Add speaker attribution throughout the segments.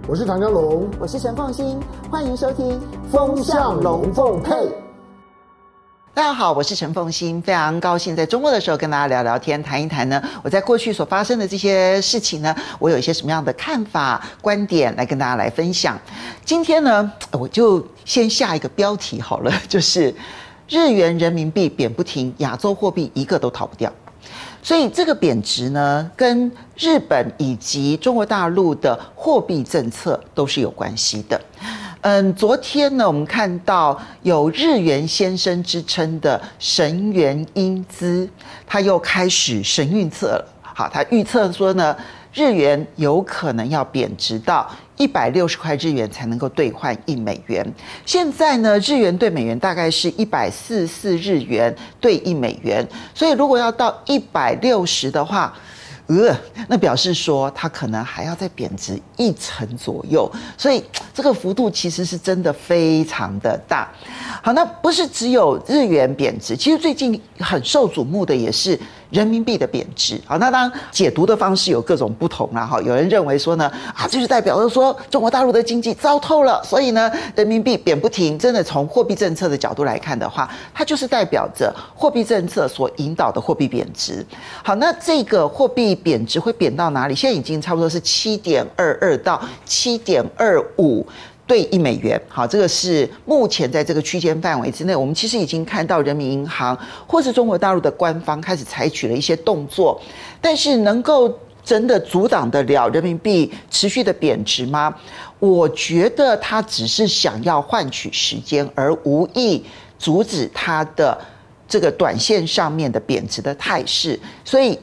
Speaker 1: 我是唐湘龙，
Speaker 2: 我是陈凤馨，欢迎收听
Speaker 1: 《风向龙凤配》。
Speaker 2: 大家好，我是陈凤馨，非常高兴在周末的时候跟大家聊聊天，谈一谈呢，我在过去所发生的这些事情呢，我有一些什么样的看法、观点来跟大家来分享。今天呢，我就先下一个标题好了，就是日元、人民币贬不停，亚洲货币一个都逃不掉。所以这个贬值呢，跟日本以及中国大陆的货币政策都是有关系的。昨天呢，我们看到有日元先生之称的神原英姿，他又开始神预测了。好，他预测说呢，日元有可能要贬值到160块日元才能够兑换1美元。现在呢，日元对美元大概是144日元兑1美元，所以如果要到160的话，那表示说它可能还要再贬值1成左右，所以这个幅度其实是真的非常的大。好，那不是只有日元贬值，其实最近很受瞩目的也是人民币的贬值。好，那当然解读的方式有各种不同啦。哈，有人认为说呢，这就代表着说中国大陆的经济糟透了，所以呢，人民币贬不停。真的从货币政策的角度来看的话，它就是代表着货币政策所引导的货币贬值。好，那这个货币贬值会贬到哪里？现在已经差不多是7.22到7.25。兑1美元，好，这个是目前在这个区间范围之内，我们其实已经看到人民银行或是中国大陆的官方开始采取了一些动作，但是能够真的阻挡得了人民币持续的贬值吗？我觉得它只是想要换取时间，而无意阻止它的这个短线上面的贬值的态势，所以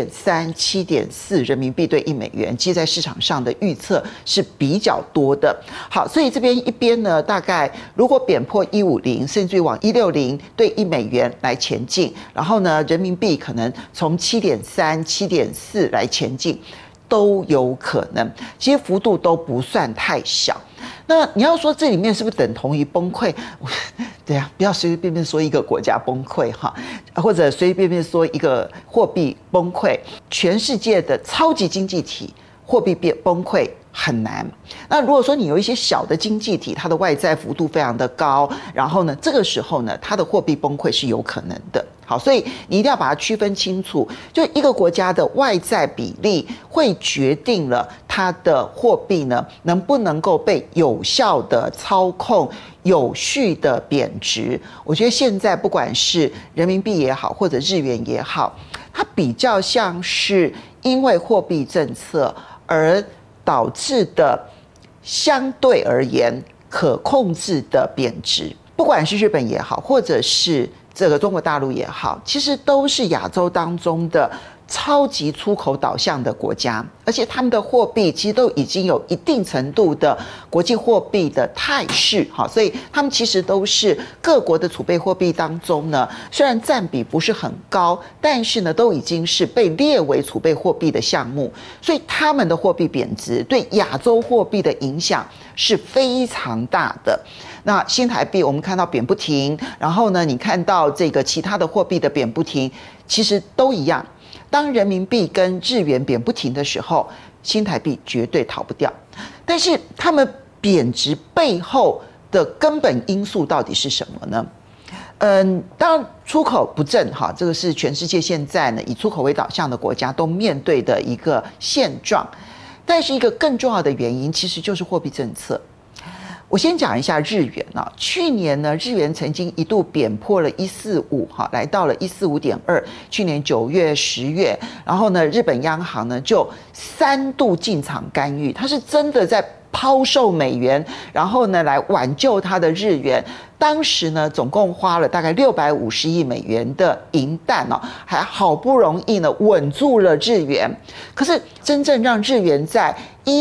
Speaker 2: 7.3、7.4人民币兑1美元，其实在市场上的预测是比较多的。好，所以这边一边呢，大概如果贬破150，甚至于往160兑1美元来前进，然后呢，人民币可能从7.3、7.4来前进，都有可能，其实幅度都不算太小。那你要说这里面是不是等同于崩溃？对啊，不要随随便便说一个国家崩溃哈，或者随随便便说一个货币崩溃。全世界的超级经济体货币崩溃很难。那如果说你有一些小的经济体，它的外债幅度非常的高，然后呢，这个时候呢，它的货币崩溃是有可能的。好，所以你一定要把它区分清楚，就一个国家的外债比例会决定了它的货币呢能不能够被有效的操控、有序的贬值。我觉得现在不管是人民币也好，或者日元也好，它比较像是因为货币政策而导致的相对而言可控制的贬值。不管是日本也好，或者是这个中国大陆也好，其实都是亚洲当中的超级出口导向的国家，而且他们的货币其实都已经有一定程度的国际货币的态势，所以他们其实都是各国的储备货币当中呢，虽然占比不是很高，但是呢都已经是被列为储备货币的项目，所以他们的货币贬值对亚洲货币的影响是非常大的。那新台币我们看到贬不停，然后呢你看到这个其他的货币的贬不停，其实都一样。当人民币跟日元贬不停的时候，新台币绝对逃不掉。但是他们贬值背后的根本因素到底是什么呢？当然出口不振哈，这个是全世界现在呢以出口为导向的国家都面对的一个现状。但是一个更重要的原因其实就是货币政策。我先讲一下日元啊，去年呢，日元曾经一度贬破了145哈，来到了145.2。去年9月、10月，然后呢，日本央行呢就3度进场干预，它是真的在抛售美元，然后呢来挽救它的日元。当时呢，总共花了大概650亿美元的银弹哦，还好不容易呢稳住了日元。可是真正让日元在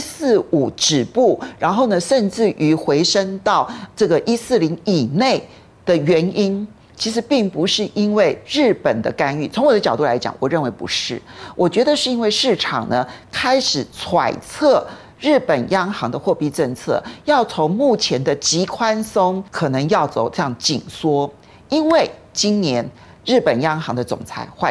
Speaker 2: 145止步，然后呢，甚至于回升到这个140以内的原因，其实并不是因为日本的干预。从我的角度来讲，我认为不是。我觉得是因为市场呢开始揣测日本央行的货币政策要从目前的极宽松，可能要走这样紧缩，因为今年日本央行的总裁换人。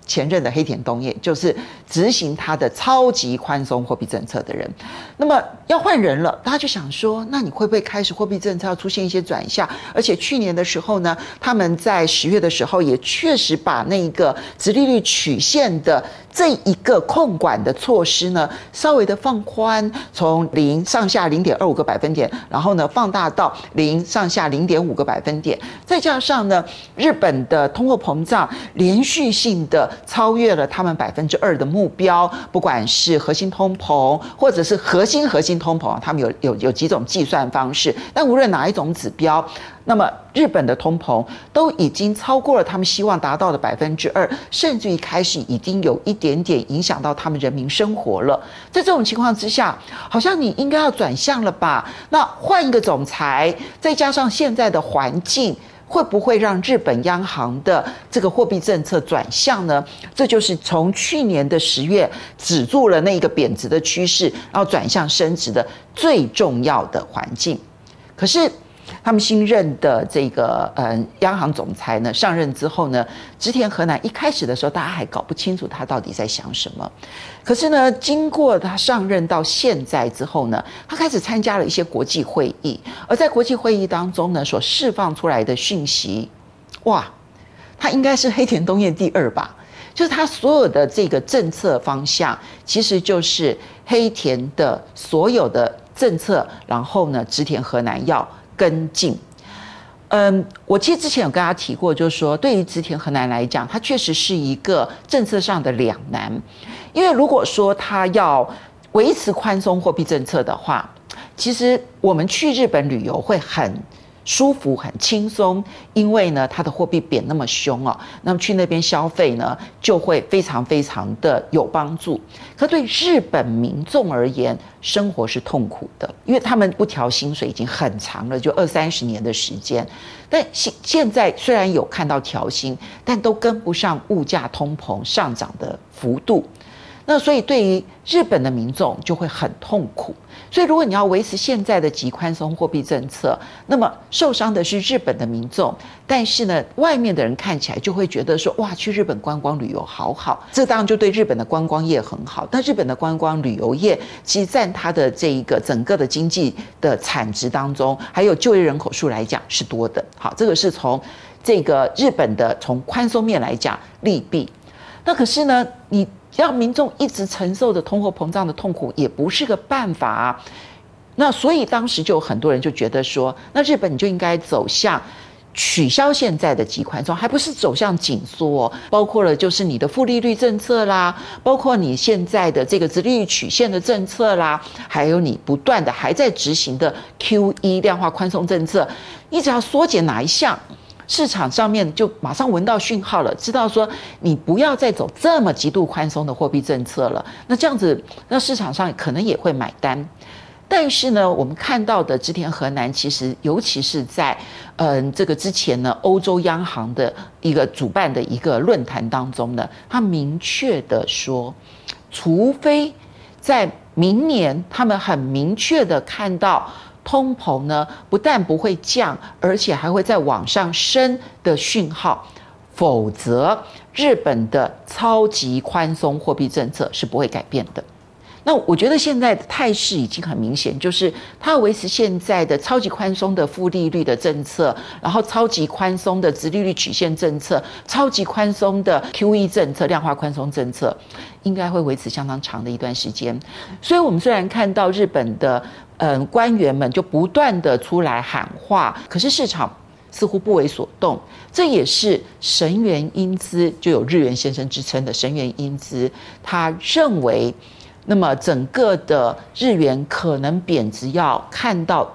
Speaker 2: 前任的黑田东彦，就是执行他的超级宽松货币政策的人。那么要换人了，大家就想说，那你会不会开始货币政策要出现一些转向？而且去年的时候呢，他们在10月的时候也确实把那个殖利率曲线的这一个控管的措施呢，稍微的放宽，从0上下0.25个百分点，然后呢放大到0上下0.5个百分点，再加上呢，日本的通货膨胀连续性的超越了他们2%的目标，不管是核心通膨或者是核心通膨，他们有几种计算方式，但无论哪一种指标，那么日本的通膨都已经超过了他们希望达到的2%，甚至于开始已经有一点点影响到他们人民生活了。在这种情况之下，好像你应该要转向了吧？那换一个总裁，再加上现在的环境，会不会让日本央行的这个货币政策转向呢？这就是从去年的10月止住了那个贬值的趋势，然后转向升值的最重要的环境。可是他们新任的这个央行总裁呢上任之后呢，植田和男一开始的时候大家还搞不清楚他到底在想什么。可是呢，经过他上任到现在之后呢，他开始参加了一些国际会议，而在国际会议当中呢，所释放出来的讯息，哇，他应该是黑田东彦第2吧。就是他所有的这个政策方向，其实就是黑田的所有的政策，然后呢，植田和男要跟进。我其实之前有跟大家提过，就是说对于植田和男来讲，他确实是一个政策上的两难。因为如果说他要维持宽松货币政策的话，其实我们去日本旅游会很舒服很轻松，因为呢它的货币贬那么凶哦，那么去那边消费呢就会非常非常的有帮助。可对日本民众而言，生活是痛苦的，因为他们不调薪水已经很长了，就20-30年的时间。但现在虽然有看到调薪，但都跟不上物价通膨上涨的幅度。那所以对于日本的民众就会很痛苦。所以如果你要维持现在的极宽松货币政策，那么受伤的是日本的民众，但是呢，外面的人看起来就会觉得说，哇，去日本观光旅游好好，这当然就对日本的观光业很好。但日本的观光旅游业其实占它的这一个整个的经济的产值当中，还有就业人口数来讲是多的。好，这个是从这个日本的从宽松面来讲利弊。那可是呢，你让民众一直承受的通货膨胀的痛苦也不是个办法啊。那所以当时就有很多人就觉得说，那日本你就应该走向取消现在的极宽松，还不是走向紧缩，包括了就是你的负利率政策啦，包括你现在的这个殖利率曲线的政策啦，还有你不断的还在执行的 QE 量化宽松政策，你只要缩减哪一项，市场上面就马上闻到讯号了，知道说你不要再走这么极度宽松的货币政策了。那这样子，那市场上可能也会买单。但是呢，我们看到的植田和男其实，尤其是在这个之前呢，欧洲央行的一个主办的一个论坛当中呢，他明确的说，除非在明年他们很明确的看到通膨呢不但不会降，而且还会再往上升的讯号，否则日本的超级宽松货币政策是不会改变的。那我觉得现在的态势已经很明显，就是它要维持现在的超级宽松的负利率的政策，然后超级宽松的殖利率曲线政策，超级宽松的 QE 政策，量化宽松政策，应该会维持相当长的一段时间。所以我们虽然看到日本的官员们就不断的出来喊话，可是市场似乎不为所动。这也是神原英姿，就有日元先生之称的神原英姿，他认为那么整个的日元可能贬值要看到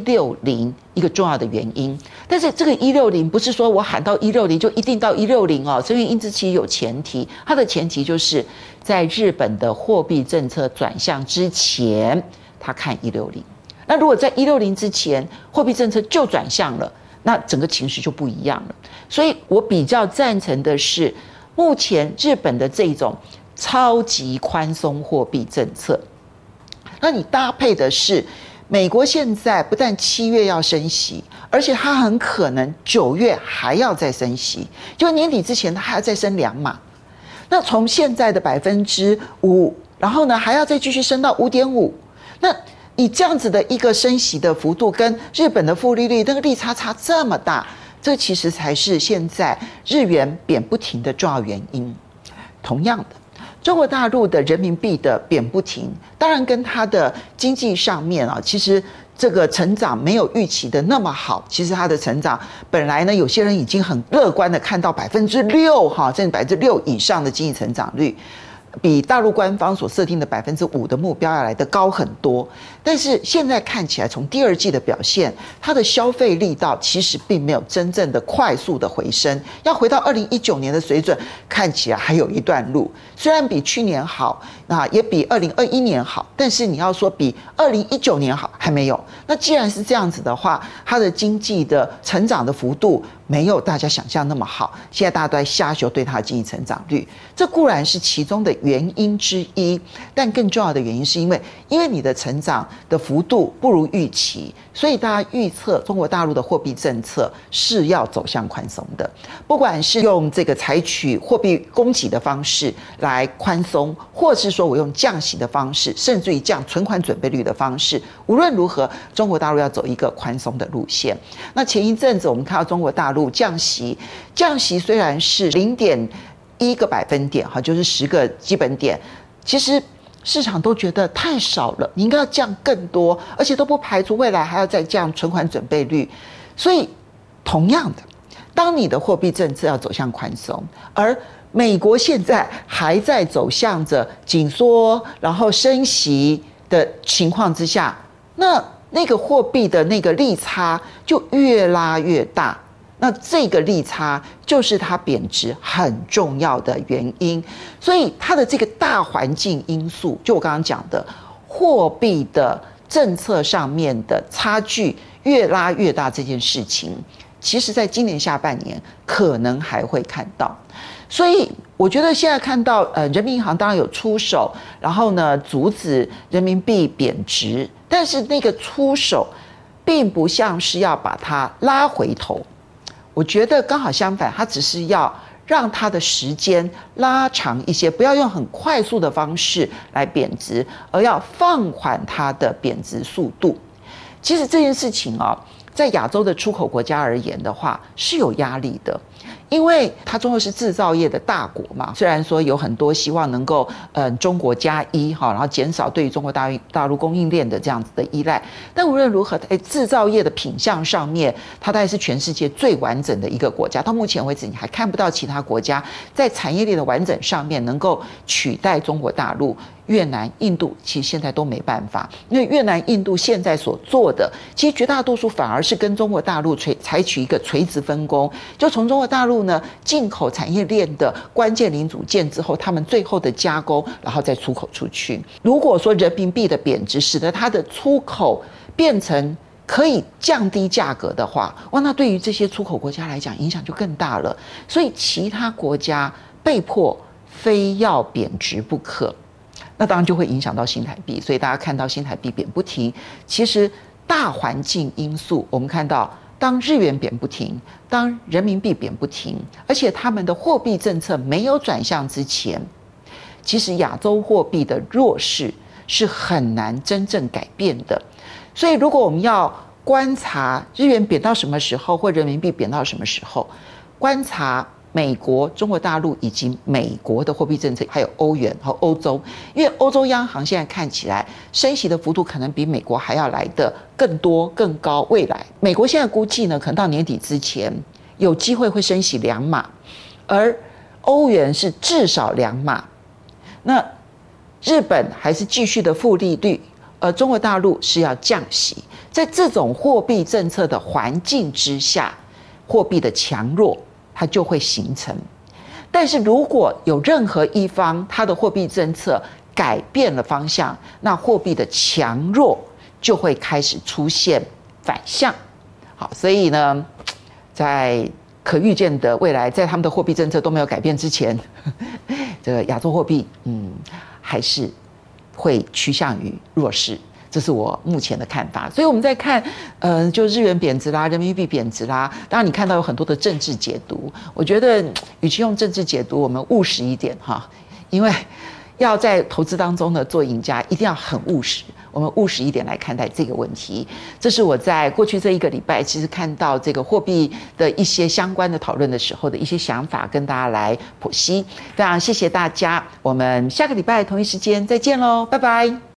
Speaker 2: 160一个重要的原因。但是这个160不是说我喊到160就一定到160哦，神原英姿其实有前提，它的前提就是在日本的货币政策转向之前，他看160。那如果在160之前货币政策就转向了，那整个情绪就不一样了。所以我比较赞成的是目前日本的这种超级宽松货币政策，那你搭配的是美国现在不但7月要升息，而且它很可能9月还要再升息，就年底之前它还要再升2码。 那从现在的5%，然后呢还要再继续升到5.5%，那你这样子的一个升息的幅度，跟日本的负利率那个利差这么大，这其实才是现在日元贬不停的重要原因。同样的，中国大陆的人民币的贬不停，当然跟它的经济上面啊，其实这个成长没有预期的那么好。其实它的成长本来呢，有些人已经很乐观的看到6%哈，甚至6%以上的经济成长率。比大陆官方所设定的5%的目标要来得高很多，但是现在看起来，从第二季的表现，它的消费力道其实并没有真正的快速的回升，要回到2019年的水准，看起来还有一段路。虽然比去年好，那也比2021年好，但是你要说比2019年好，还没有。那既然是这样子的话，它的经济的成长的幅度没有大家想象那么好，现在大家都在下修对它的经济成长率，这固然是其中的原因之一，但更重要的原因是因为你的成长的幅度不如预期，所以大家预测中国大陆的货币政策是要走向宽松的，不管是用这个采取货币供给的方式来宽松，或是说我用降息的方式，甚至于降存款准备率的方式，无论如何，中国大陆要走一个宽松的路线。那前一阵子我们看到中国大陆降息虽然是0.1个百分点，就是10个基本点，其实市场都觉得太少了，你应该要降更多，而且都不排除未来还要再降存款准备率。所以同样的，当你的货币政策要走向宽松，而美国现在还在走向着紧缩然后升息的情况之下，那个货币的那个利差就越拉越大，那这个利差就是它贬值很重要的原因。所以它的这个大环境因素，就我刚刚讲的货币的政策上面的差距越拉越大这件事情，其实在今年下半年可能还会看到。所以我觉得现在看到人民银行当然有出手，然后呢阻止人民币贬值，但是那个出手并不像是要把它拉回头，我觉得刚好相反，它只是要让它的时间拉长一些，不要用很快速的方式来贬值，而要放缓它的贬值速度。其实这件事情啊，在亚洲的出口国家而言的话是有压力的，因为它中国是制造业的大国嘛，虽然说有很多希望能够中国+1然后减少对于中国大陆供应链的这样子的依赖，但无论如何，制造业的品项上面，它大概是全世界最完整的一个国家。到目前为止，你还看不到其他国家在产业链的完整上面能够取代中国大陆。越南、印度其实现在都没办法，因为越南、印度现在所做的，其实绝大多数反而是跟中国大陆采取一个垂直分工，就从中国大陆呢进口产业链的关键零组件之后，他们最后的加工，然后再出口出去。如果说人民币的贬值使得它的出口变成可以降低价格的话，哇，那对于这些出口国家来讲影响就更大了。所以其他国家被迫非要贬值不可。那当然就会影响到新台币，所以大家看到新台币贬不停，其实大环境因素我们看到，当日元贬不停，当人民币贬不停，而且他们的货币政策没有转向之前，其实亚洲货币的弱势是很难真正改变的。所以如果我们要观察日元贬到什么时候，或人民币贬到什么时候，观察美国、中国大陆以及美国的货币政策，还有欧元和欧洲，因为欧洲央行现在看起来升息的幅度可能比美国还要来得更多、更高。未来美国现在估计呢，可能到年底之前有机会会升息2码，而欧元是至少2码。那日本还是继续的负利率，而中国大陆是要降息。在这种货币政策的环境之下，货币的强弱它就会形成。但是如果有任何一方它的货币政策改变了方向，那货币的强弱就会开始出现反向。好，所以呢，在可预见的未来，在他们的货币政策都没有改变之前，这个亚洲货币还是会趋向于弱势。 这是我目前的看法。所以我们在看，就日元贬值啦，人民币贬值啦，当然你看到有很多的政治解读，我觉得与其用政治解读，我们务实一点哈，因为要在投资当中呢做赢家，一定要很务实。我们务实一点来看待这个问题，这是我在过去这1个礼拜其实看到这个货币的一些相关的讨论的时候的一些想法，跟大家来剖析。非常谢谢大家，我们下个礼拜同一时间再见喽，拜拜。